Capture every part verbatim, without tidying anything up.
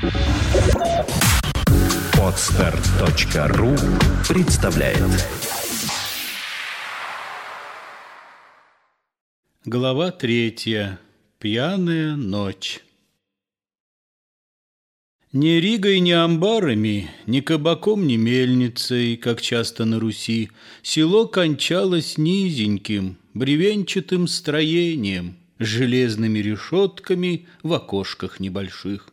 Подстер точка ру представляет. Глава третья. Пьяная ночь. Ни Ригой, ни амбарами, ни кабаком, ни мельницей, как часто на Руси, село кончалось низеньким, бревенчатым строением, с железными решетками в окошках небольших.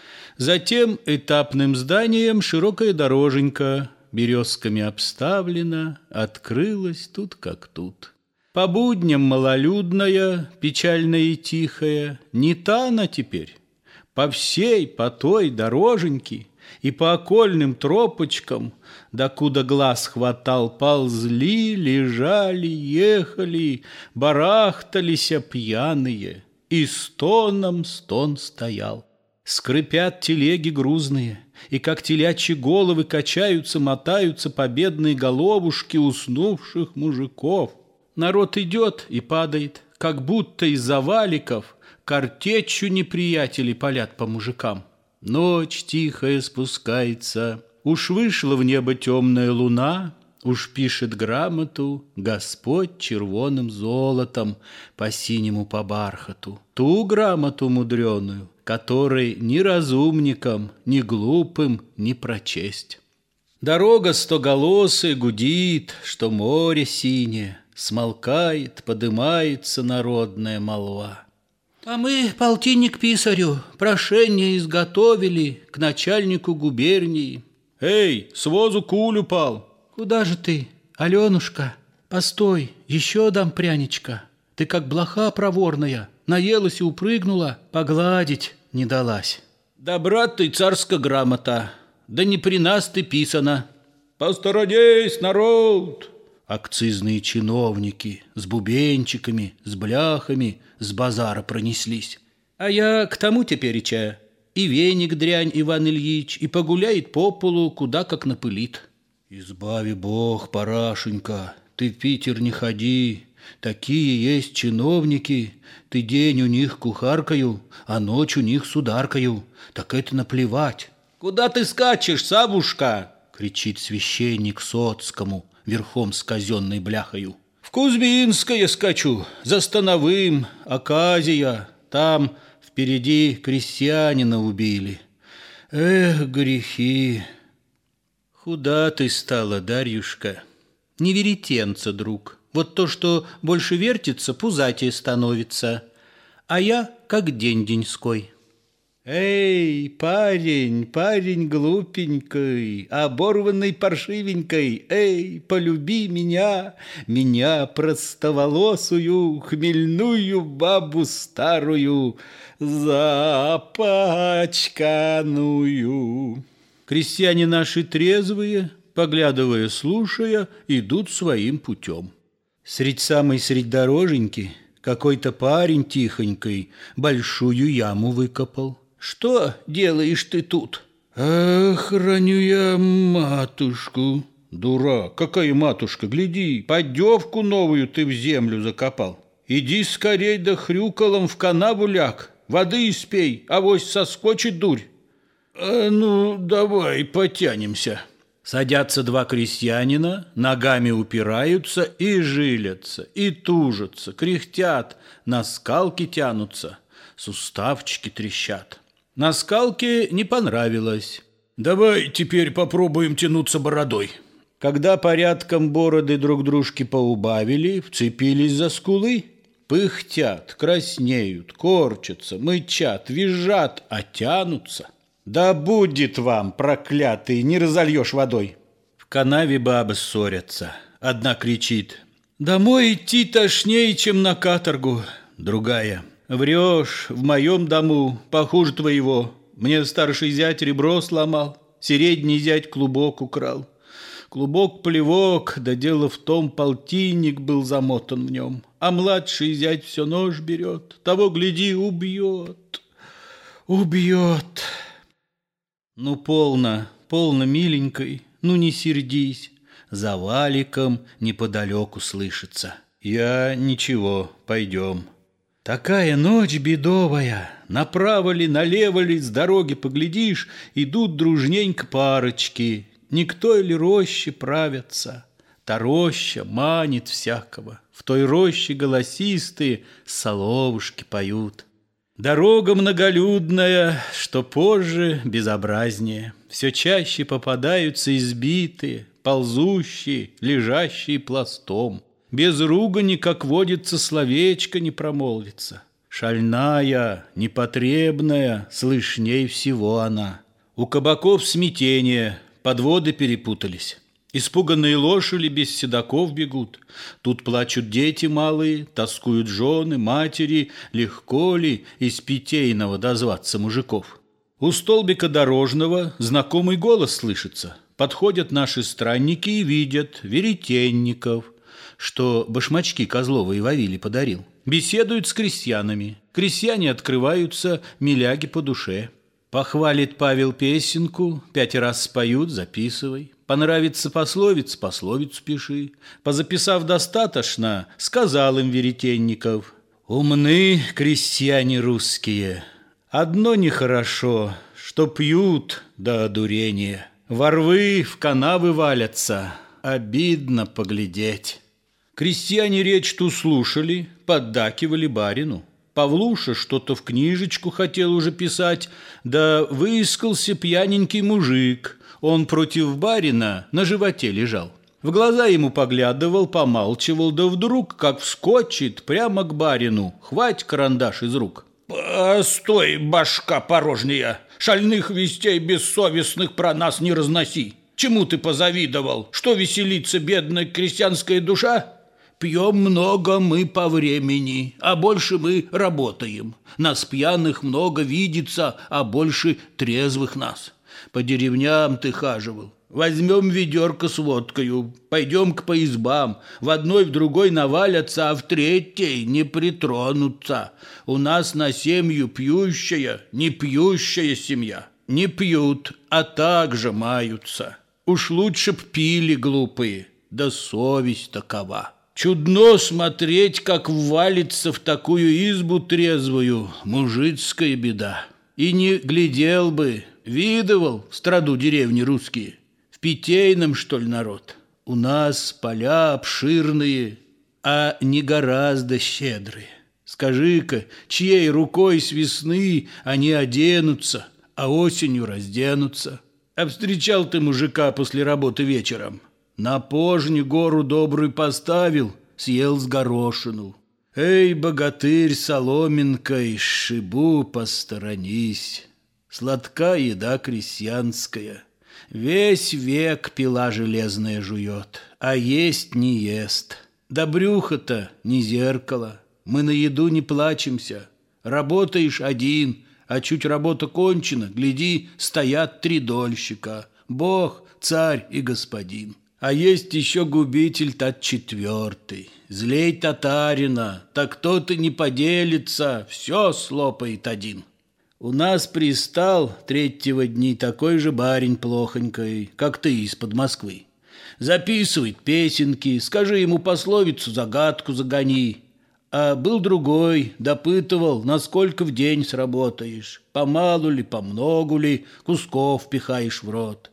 Затем этапным зданием широкая дороженька, березками обставлена, открылась тут как тут. По будням малолюдная, печальная и тихая, не та она теперь. По всей, по той дороженьке и по окольным тропочкам, докуда глаз хватал, ползли, лежали, ехали, барахтались пьяные, и стоном стон стоял. Скрипят телеги грузные, и как телячьи головы качаются, мотаются победные головушки уснувших мужиков. Народ идет и падает, как будто из-за валиков картечью неприятели палят по мужикам. Ночь тихая спускается, уж вышла в небо темная луна, уж пишет грамоту Господь червоным золотом по синему по бархату. Ту грамоту мудреную, которой ни разумникам, ни глупым не прочесть. Дорога стоголосая гудит, что море синее, смолкает, подымается народная молва. А мы, полтинник писарю, прошение изготовили к начальнику губернии. Эй, с возу куль упал. Куда же ты, Аленушка? Постой, еще дам пряничка. Ты как блоха проворная, наелась и упрыгнула, погладить не далась. Да, брат ты, царская грамота, да не при нас ты писана. Посторонись, народ! Акцизные чиновники с бубенчиками, с бляхами с базара пронеслись. А я к тому тепереча. И веник дрянь Иван Ильич, и погуляет по полу, куда как напылит. Избави Бог, Парашенька, ты в Питер не ходи. Такие есть чиновники, ты день у них кухаркою, а ночь у них сударкою. Так это наплевать. Куда ты скачешь, Савушка? Кричит священник Соцкому, верхом с казенной бляхою. В Кузьминское скачу, за Становым, Аказия. Там впереди крестьянина убили. Эх, грехи! Худа ты стала, Дарьюшка. Не веретенца, друг. Вот то, что больше вертится, пузатее становится. А я как день деньской. Эй, парень, парень глупенький, оборванный паршивенький, эй, полюби меня, меня простоволосую, хмельную бабу старую, запачканную. Крестьяне наши трезвые, поглядывая, слушая, идут своим путем. Средь самой средь дороженьки какой-то парень тихонький большую яму выкопал. Что делаешь ты тут? Ах, храню я матушку. Дурак, какая матушка? Гляди, поддевку новую ты в землю закопал. Иди скорей да хрюкалом в канаву ляг, воды испей, авось соскочит дурь. А ну, давай потянемся. Садятся два крестьянина, ногами упираются и жилятся, и тужатся, кряхтят, на скалки тянутся, суставчики трещат. На скалке не понравилось. Давай теперь попробуем тянуться бородой. Когда порядком бороды друг дружке поубавили, вцепились за скулы, пыхтят, краснеют, корчатся, мычат, визжат, а тянутся. Да будет вам, проклятый, не разольешь водой. В канаве бабы ссорятся. Одна кричит: домой идти тошнее, чем на каторгу. Другая: врешь, в моем дому похуже твоего. Мне старший зять ребро сломал, средний зять клубок украл. Клубок-плевок, да дело в том, полтинник был замотан в нем, а младший зять все нож берет, того, гляди, убьет, убьет. Ну, полно, полно, миленькой, ну не сердись, за валиком неподалеку слышится. Я ничего, пойдем. Такая ночь бедовая, направо ли, налево ли, с дороги поглядишь, идут дружненько парочки, не к той ли роще правятся. Та роща манит всякого, в той роще голосистые соловушки поют. Дорога многолюдная, что позже безобразнее, все чаще попадаются избитые, ползущие, лежащие пластом. Без ругани, как водится, словечко не промолвится. Шальная, непотребная, слышней всего она. У кабаков смятение, подводы перепутались. Испуганные лошади без седаков бегут. Тут плачут дети малые, тоскуют жены, матери. Легко ли из питейного дозваться мужиков? У столбика дорожного знакомый голос слышится. Подходят наши странники и видят веретенников, что башмачки Козлова и Вавиле подарил. Беседуют с крестьянами. Крестьяне открываются, миляги по душе. Похвалит Павел песенку, пять раз споют, записывай. Понравится пословица, пословицу пиши. Позаписав достаточно, сказал им веретенников: умны крестьяне русские. Одно нехорошо, что пьют до одурения. Во рвы, в канавы валятся, обидно поглядеть. Крестьяне речь ту слушали, поддакивали барину. Павлуша что-то в книжечку хотел уже писать, да выискался пьяненький мужик. Он против барина на животе лежал. В глаза ему поглядывал, помалчивал, да вдруг, как вскочит прямо к барину, хвать карандаш из рук. «Постой, башка порожняя, шальных вестей бессовестных про нас не разноси. Чему ты позавидовал? Что веселится бедная крестьянская душа? Пьем много мы по времени, а больше мы работаем. Нас пьяных много видится, а больше трезвых нас. По деревням ты хаживал. Возьмем ведерко с водкою, пойдем-ка по избам. В одной, в другой навалятся, а в третьей не притронутся. У нас на семью пьющая, не пьющая семья. Не пьют, а также маются. Уж лучше б пили глупые, да совесть такова. Чудно смотреть, как ввалится в такую избу трезвую мужицкая беда. И не глядел бы, видывал в страду деревни русские. В питейном, что ли, народ? У нас поля обширные, а не гораздо щедрые. Скажи-ка, чьей рукой с весны они оденутся, а осенью разденутся? А встречал ты мужика после работы вечером? На пожне гору добрую поставил, съел с горошину. Эй, богатырь соломинкой, шибу посторонись. Сладка еда крестьянская. Весь век пила железная жует, а есть не ест. Да брюхо-то не зеркало, мы на еду не плачемся. Работаешь один, а чуть работа кончена, гляди, стоят три дольщика. Бог, царь и господин. А есть еще губитель тот четвертый. Злей татарина, так тот-то не поделится, все слопает один. У нас пристал третьего дни такой же барин плохонькой, как ты из-под Москвы. Записывает песенки, скажи ему пословицу, загадку загони. А был другой, допытывал, насколько в день сработаешь, помалу ли, помногу ли, кусков пихаешь в рот.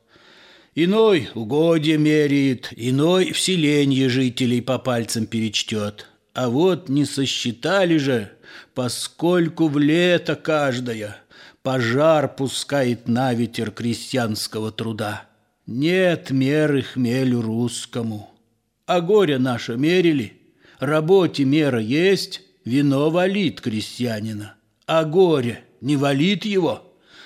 Иной угодья меряет, иной в селенье жителей по пальцам перечтет. А вот не сосчитали же, поскольку в лето каждая пожар пускает на ветер крестьянского труда. Нет меры хмелю русскому. А горе наше мерили, работе мера есть, вино валит крестьянина. А горе не валит его,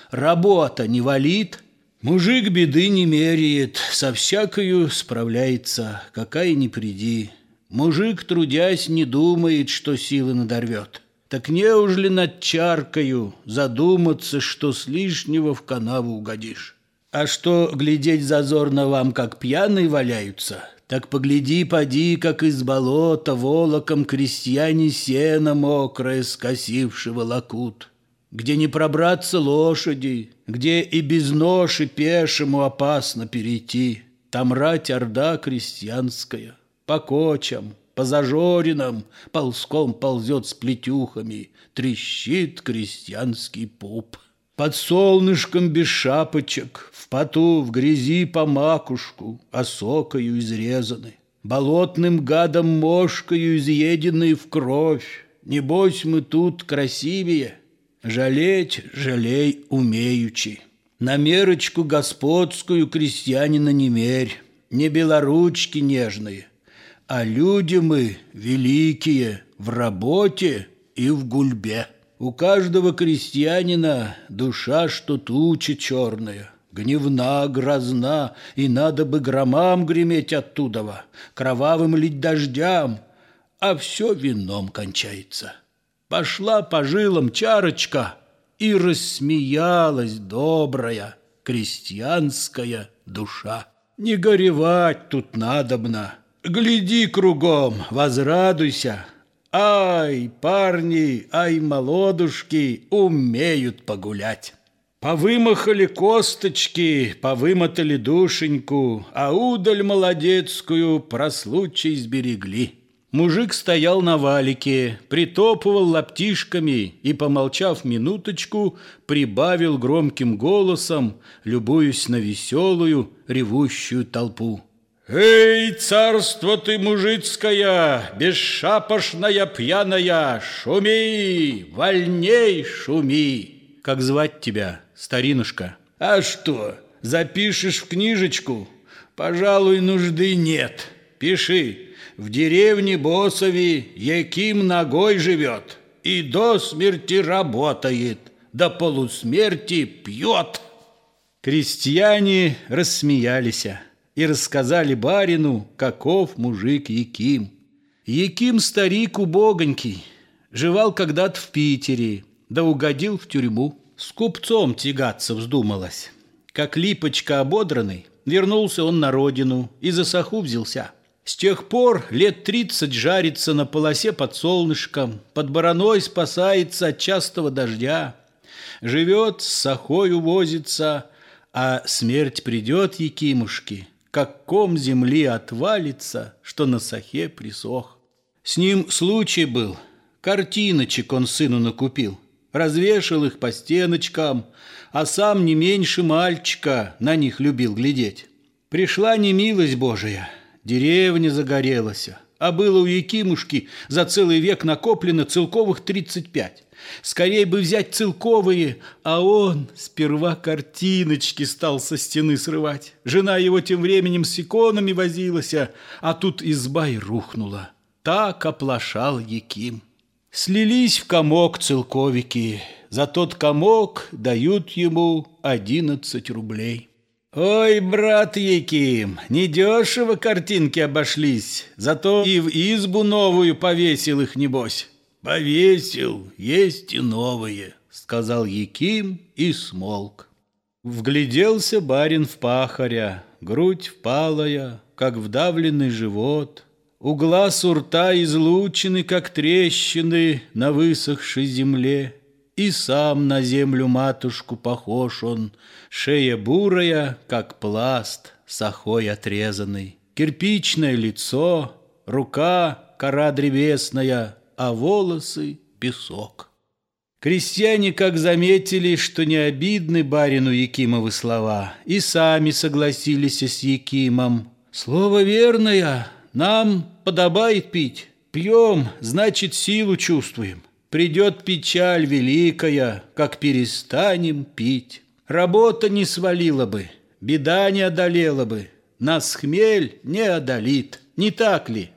работа не валит. Мужик беды не меряет, со всякою справляется, какая ни приди. Мужик, трудясь, не думает, что силы надорвет. Так неужели над чаркою задуматься, что с лишнего в канаву угодишь? А что глядеть зазорно вам, как пьяные валяются, так погляди, поди, как из болота волоком крестьяне сено мокрое скосивши волокут. Где не пробраться лошади, где и без ноши пешему опасно перейти. Там рать орда крестьянская, по кочам, по зажоринам ползком ползет с плетюхами, трещит крестьянский пуп. Под солнышком без шапочек, в поту, в грязи по макушку, осокою изрезаны, болотным гадом мошкою изъедены в кровь. Небось, мы тут красивее, жалеть жалей умеючи. На мерочку господскую крестьянина не мерь, не белоручки нежные, а люди мы великие в работе и в гульбе. У каждого крестьянина душа, что туча черная, гневна, грозна, и надо бы громам греметь оттудова, кровавым лить дождям, а все вином кончается. Пошла по жилам чарочка, и рассмеялась добрая крестьянская душа. Не горевать тут надобно, гляди кругом, возрадуйся. Ай, парни, ай, молодушки, умеют погулять. Повымахали косточки, повымотали душеньку, а удаль молодецкую про случай сберегли. Мужик стоял на валике, притопывал лаптишками и, помолчав минуточку, прибавил громким голосом, любуясь на веселую, ревущую толпу. «Эй, царство ты мужицкое, бесшапошная пьяная, шуми, вольней шуми!» «Как звать тебя, старинушка?» «А что, запишешь в книжечку? Пожалуй, нужды нет. Пиши. В деревне Босови Яким ногой живет и до смерти работает, до полусмерти пьет». Крестьяне рассмеялись и рассказали барину, каков мужик Яким. Яким старик убогонький, живал когда-то в Питере, да угодил в тюрьму. С купцом тягаться вздумалось. Как липочка ободранный, вернулся он на родину и за саху взялся. С тех пор лет тридцать жарится на полосе под солнышком, под бараной спасается от частого дождя, живет, с сахою возится, а смерть придет Якимушке, как ком земли отвалится, что на сахе присох. С ним случай был, картиночек он сыну накупил, развешал их по стеночкам, а сам не меньше мальчика на них любил глядеть. Пришла немилость Божия, деревня загорелась, а было у Якимушки за целый век накоплено целковых тридцать пять. Скорей бы взять целковые, а он сперва картиночки стал со стены срывать. Жена его тем временем с иконами возилась, а тут изба и рухнула. Так оплошал Яким. Слились в комок целковики, за тот комок дают ему одиннадцать рублей. Ой, брат Яким, недешево картинки обошлись, зато и в избу новую повесил их, небось. Повесил, есть и новые, сказал Яким и смолк. Вгляделся барин в пахаря, грудь впалая, как вдавленный живот, у глаз у рта излучины, как трещины на высохшей земле. И сам на землю матушку похож он, шея бурая, как пласт, сахой отрезанный. Кирпичное лицо, рука, кора древесная, а волосы — песок. Крестьяне, как заметили, что не обидны барину Якимовы слова, и сами согласились с Якимом. Слово верное, нам подобает пить. Пьем, значит, силу чувствуем. Придет печаль великая, как перестанем пить. Работа не свалила бы, беда не одолела бы, нас хмель не одолит, не так ли?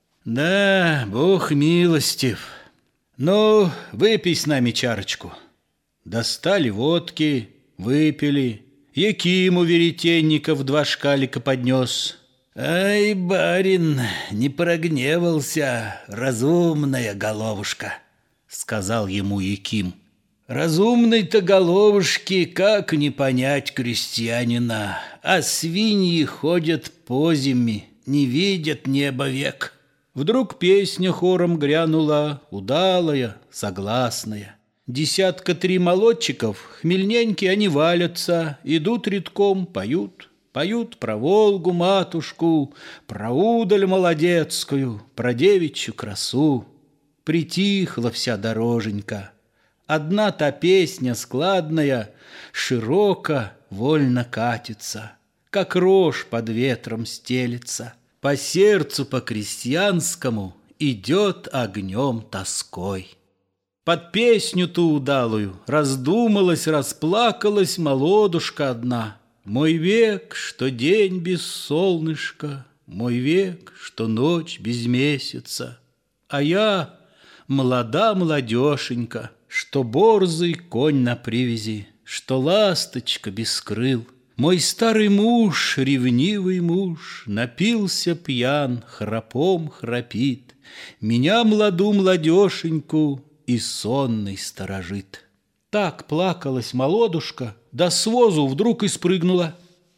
Да, Бог милостив. Ну, выпей с нами чарочку. Достали водки, выпили. Якиму Веретенников два шкалика поднес. Ай, барин, не прогневался, разумная головушка, сказал ему Яким. Разумной-то головушки как не понять крестьянина, а свиньи ходят по зиме, не видят неба век. Вдруг песня хором грянула, удалая, согласная. Десятка три молодчиков, хмельненькие они валятся, идут редком, поют. Поют про Волгу матушку, про удаль молодецкую, про девичью красу. Притихла вся дороженька. Одна та песня складная широко, вольно катится, как рожь под ветром стелется. По сердцу по-крестьянскому идет огнем тоской. Под песню ту удалую раздумалась, расплакалась молодушка одна. Мой век, что день без солнышка, мой век, что ночь без месяца. А я молода молодешенька, что борзый конь на привязи, что ласточка без крыл. Мой старый муж, ревнивый муж, напился пьян, храпом храпит, меня, младу молодешеньку, и сонный сторожит. Так плакалась молодушка, да с возу вдруг и спрыгнула.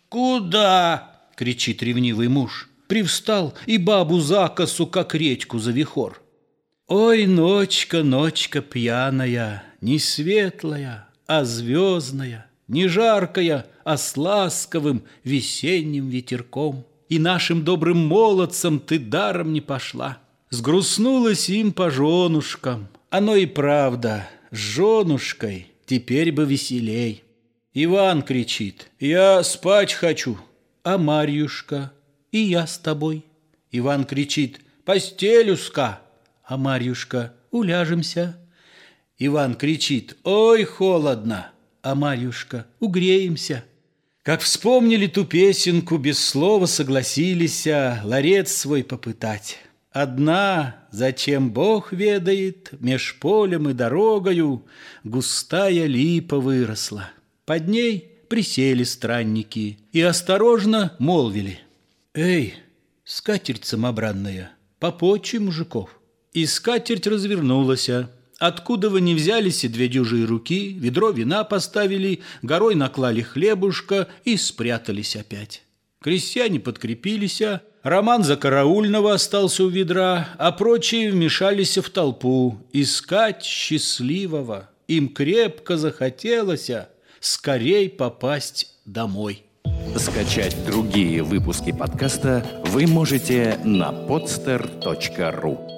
«Куда?» — кричит ревнивый муж. Привстал и бабу за косу, как редьку за вихор. Ой, ночка, ночка пьяная, не светлая, а звездная, не жаркая, а с ласковым весенним ветерком. И нашим добрым молодцам ты даром не пошла. Сгрустнулась им по женушкам. Оно и правда, с женушкой теперь бы веселей. Иван кричит: «Я спать хочу». А Марьюшка: «И я с тобой». Иван кричит: «Постелюшка». А Марьюшка: «Уляжемся». Иван кричит: «Ой, холодно». А Марьюшка: «Угреемся». Как вспомнили ту песенку, без слова согласились ларец свой попытать. Одна, зачем Бог ведает, меж полем и дорогою густая липа выросла. Под ней присели странники и осторожно молвили: «Эй, скатерть самобранная, попочи мужиков». И скатерть развернулась. Откуда вы не взялись, и две дюжие руки, ведро вина поставили, горой наклали хлебушка и спрятались опять. Крестьяне подкрепились, Роман за караульного остался у ведра, а прочие вмешались в толпу искать счастливого. Им крепко захотелось скорей попасть домой. Скачать другие выпуски подкаста вы можете на podster точка ру.